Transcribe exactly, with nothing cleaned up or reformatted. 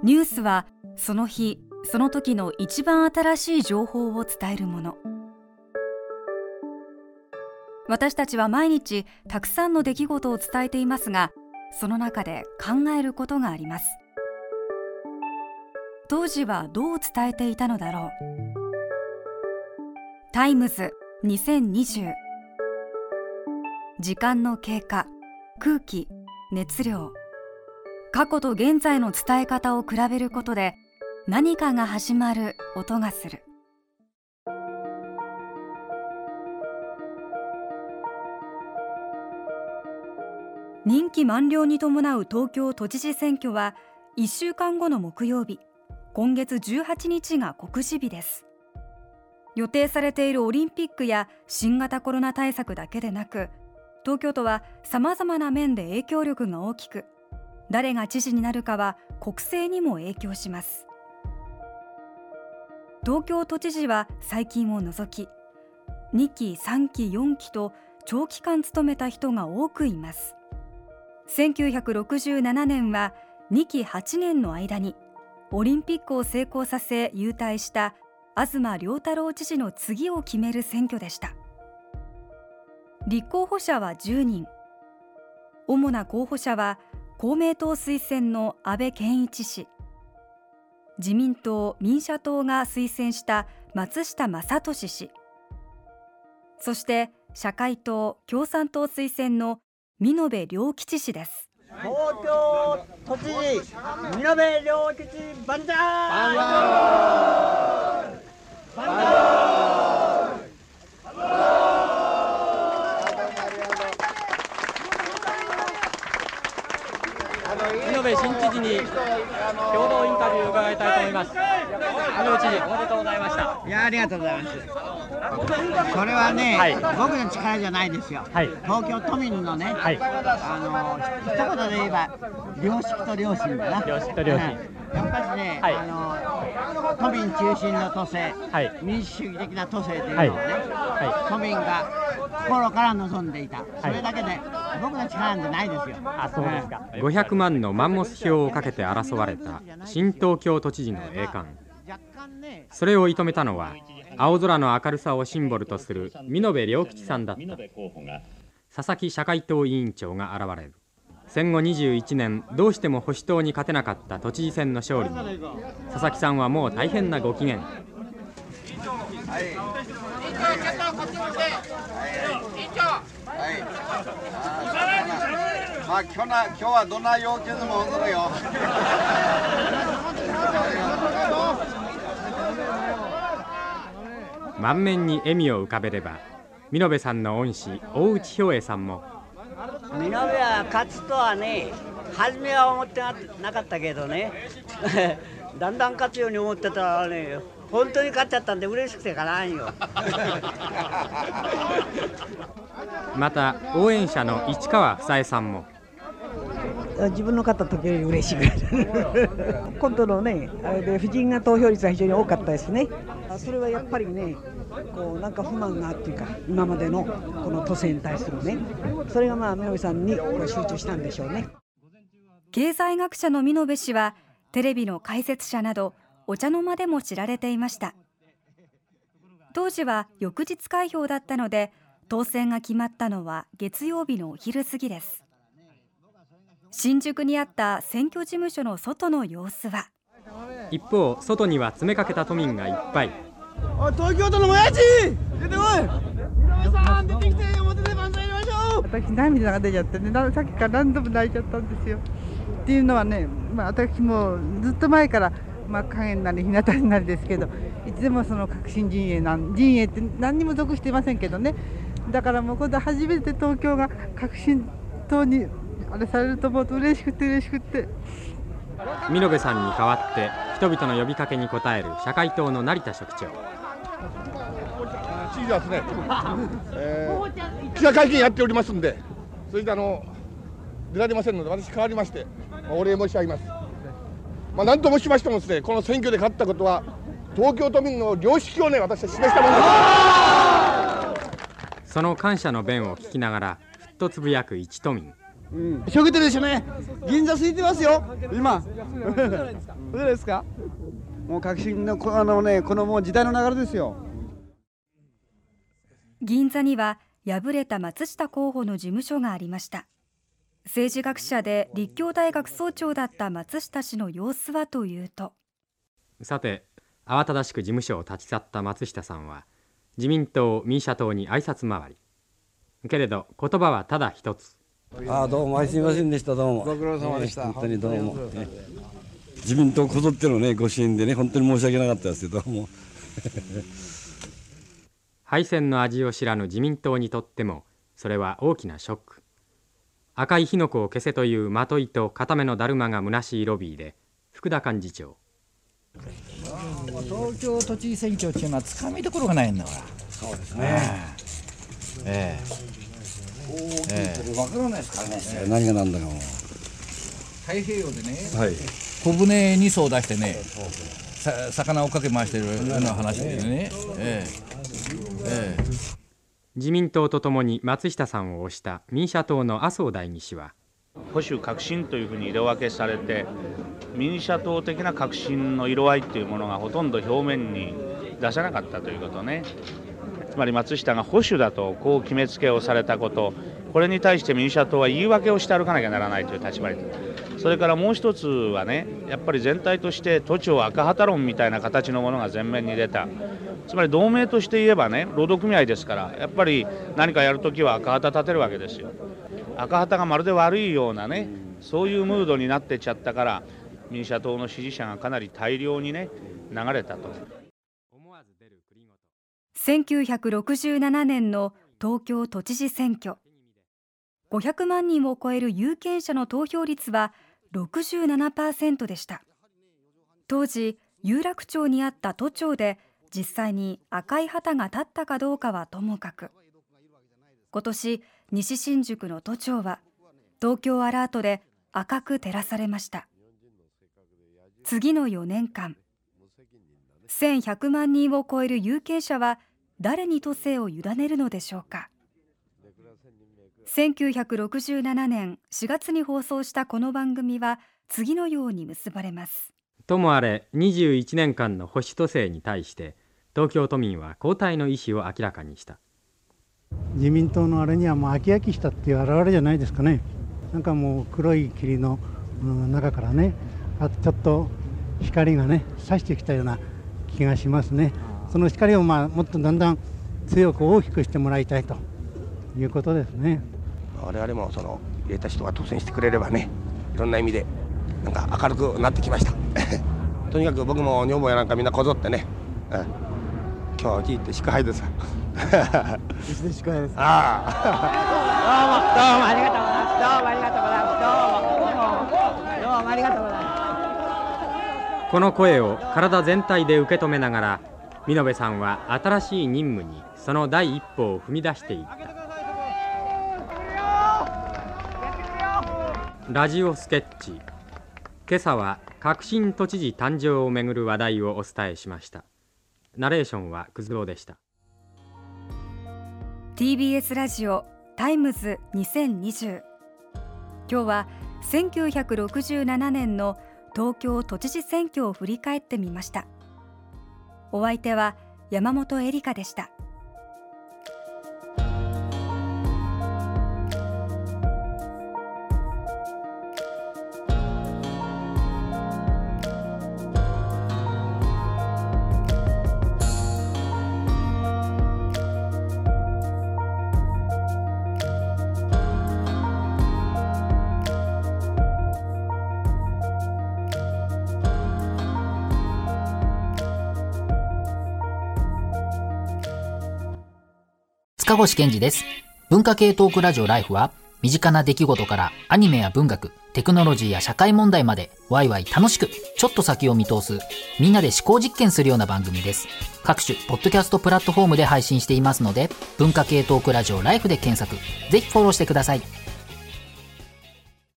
ニュースはその日その時の一番新しい情報を伝えるもの。私たちは毎日たくさんの出来事を伝えていますが、その中で考えることがあります。当時はどう伝えていたのだろう。タイムズにせんにじゅう。時間の経過、空気、熱量。過去と現在の伝え方を比べることで何かが始まる音がする。任期満了に伴う東京都知事選挙はいっしゅうかんごの木曜日、今月じゅうはちにちが告示日です。予定されているオリンピックや新型コロナ対策だけでなく、東京都はさまざまな面で影響力が大きく、誰が知事になるかは国政にも影響します。東京都知事は最近を除きにきさんきよんきと長期間務めた人が多くいます。せんきゅうひゃくろくじゅうななねんはにきはちねんの間にオリンピックを成功させ勇退した東良太郎知事の次を決める選挙でした。立候補者はじゅうにん。主な候補者は公明党推薦の安倍健一氏、自民党・民社党が推薦した松下正俊氏、そして社会党・共産党推薦の見延良吉氏です。 東京都知事見延良吉万歳！万歳！万歳！ 見延新知事に共同インタビューを伺いたいと思います。見延知事、おめでとうございました。 いや、ありがとうございます。それはね、はい、僕の力じゃないですよ、はい、東京都民のね、はい、あの一言で言えば良識と良心だな。 良識と良心、 やっぱりね、はい、あの都民中心の都政、はい、民主主義的な都政というのをね、はい、都民が心から望んでいた、それだけで僕の力なんてないですよ。 あ、そうですか。 ごひゃくまんのマンモス票をかけて争われた新東京都知事の栄冠。それを射止めたのは青空の明るさをシンボルとする見延良吉さんだった。佐々木社会党委員長が現れる。戦後にじゅういちねんどうしても保守党に勝てなかった都知事選の勝利に佐々木さんはもう大変なご機嫌。はい、 まあ今日な今日はどんな要求でも踊るよ。 満面に笑みを浮かべれば見延さんの恩師大内兵衛さんも、 見延は勝つとはね、初めは思ってなかったけどねだんだん勝つように思ってたらね、本当に勝っちゃったんで嬉しくてかなんよまた応援者の市川房江さんも、 自分の勝った時より嬉しいぐらい今度のね、あれで夫人が投票率が非常に多かったですね。それはやっぱりね、こうなんか不満がっていうか、今までのこの都政に対するね、それがまあ見延さんにこう集中したんでしょうね。 経済学者の見延氏はテレビの解説者などお茶の間でも知られていました。当時は翌日開票だったので、当選が決まったのは月曜日のお昼過ぎです。新宿にあった選挙事務所の外の様子は、 一方外には詰めかけた都民がいっぱい。 おい、東京都の親父出てこい、見延さん出てきて表で万歳しましょう。 私涙が出ちゃってね、さっきから何度も泣いちゃったんですよ。っていうのはね、まあ、私もずっと前から、まあ、影になり日向になりですけど、いつでもその革新陣営なん陣営って何にも属していませんけどね、だからもう今度初めて東京が革新党にあれされると思うと嬉しくて嬉しくて。 見延さんに代わって人々の呼びかけに応える社会党の成田職長。 知事はですね、えー、記者会見やっておりますんで、それであの出られませんので、私代わりまして、まあ、お礼申し上げます。まあ、何ともしましてもですね、この選挙で勝ったことは東京都民の良識をね、私は示したものです。 その感謝の弁を聞きながらふっとつぶやく一都民。 うん、しょげてるでしょね。銀座空いてますよ今。どうですか。もう革新のこあのねこのもう時代の流れですよ。 銀座には敗れた松下候補の事務所がありました。政治学者で立教大学総長だった松下氏の様子はというと、 さて慌ただしく事務所を立ち去った松下さんは自民党民社党に挨拶回り、けれど言葉はただ一つ。 ああどうもすみませんでした。どうもご苦労様でした、 えー、本当にどうも、ね、自民党こぞってのねご支援でね本当に申し訳なかったですけども敗戦の味を知らぬ自民党にとってもそれは大きなショック。赤い火の粉を消せというまといと固めのだるまが虚しいロビーで福田幹事長、 東京都知事選挙っていうのはつかみどころがないんだから。 そうですね。 ええええ、 分からないですからね。えー、何が何だかも。 太平洋でね、 はい、 小舟に艘出してね、さ魚をかけ回してるような話でね。ええええ、 自民党とともに松下さんを推した民社党の麻生代議士は、 保守革新というふうに色分けされて、民社党的な革新の色合いというものがほとんど表面に出せなかったということね。つまり松下が保守だとこう決めつけをされたこと、これに対して民社党は言い訳をして歩かなきゃならないという立場に。それからもう一つはね、やっぱり全体として都庁赤旗論みたいな形のものが前面に出た。つまり同盟として言えばね、労働組合ですから、やっぱり何かやるときは赤旗立てるわけですよ。赤旗がまるで悪いようなね、そういうムードになってっちゃったから、民社党の支持者がかなり大量にね流れたと。 せんきゅうひゃくろくじゅうななねんの東京都知事選挙、ごひゃくまんにんを超える有権者の投票率は ろくじゅうななパーセント でした。当時有楽町にあった都庁で実際に赤い旗が立ったかどうかはともかく、今年西新宿の都庁は東京アラートで赤く照らされました。次のよねんかん、せんひゃくまんにんを超える有権者は誰に都政を委ねるのでしょうか。せんきゅうひゃくろくじゅうななねんしがつに放送したこの番組は次のように結ばれます。 ともあれにじゅういちねんかんの保守都政に対して東京都民は交代の意思を明らかにした。 自民党のあれにはもう飽き飽きしたっていう表れじゃないですかね。なんかもう黒い霧の、うん、中からね、あとちょっと光がね差してきたような気がしますね。その光をまあもっとだんだん強く大きくしてもらいたいということですね。 我々もその入れた人が当選してくれればね、いろんな意味でなんか明るくなってきましたとにかく僕も女房やなんかみんなこぞってね、うん、今日聞いて祝杯です。 いつで祝杯です。 ああどうもどうもありがとうございます。どうもありがとうございます。どうもどうもどうもありがとうございます。 この声を体全体で受け止めながら、見延さんは新しい任務にその第一歩を踏み出していった。ラジオスケッチ、今朝は革新都知事誕生をめぐる話題をお伝えしました。ナレーションはくずおでした。 ティービーエス ラジオタイムズにせんにじゅう、今日はせんきゅうひゃくろくじゅうななねんの東京都知事選挙を振り返ってみました。お相手は山本恵里香でした。 塚越健二です。文化系トークラジオライフは、身近な出来事からアニメや文学、テクノロジーや社会問題までワイワイ楽しく、ちょっと先を見通す、みんなで思考実験するような番組です。各種ポッドキャストプラットフォームで配信していますので、文化系トークラジオライフで検索、ぜひフォローしてください。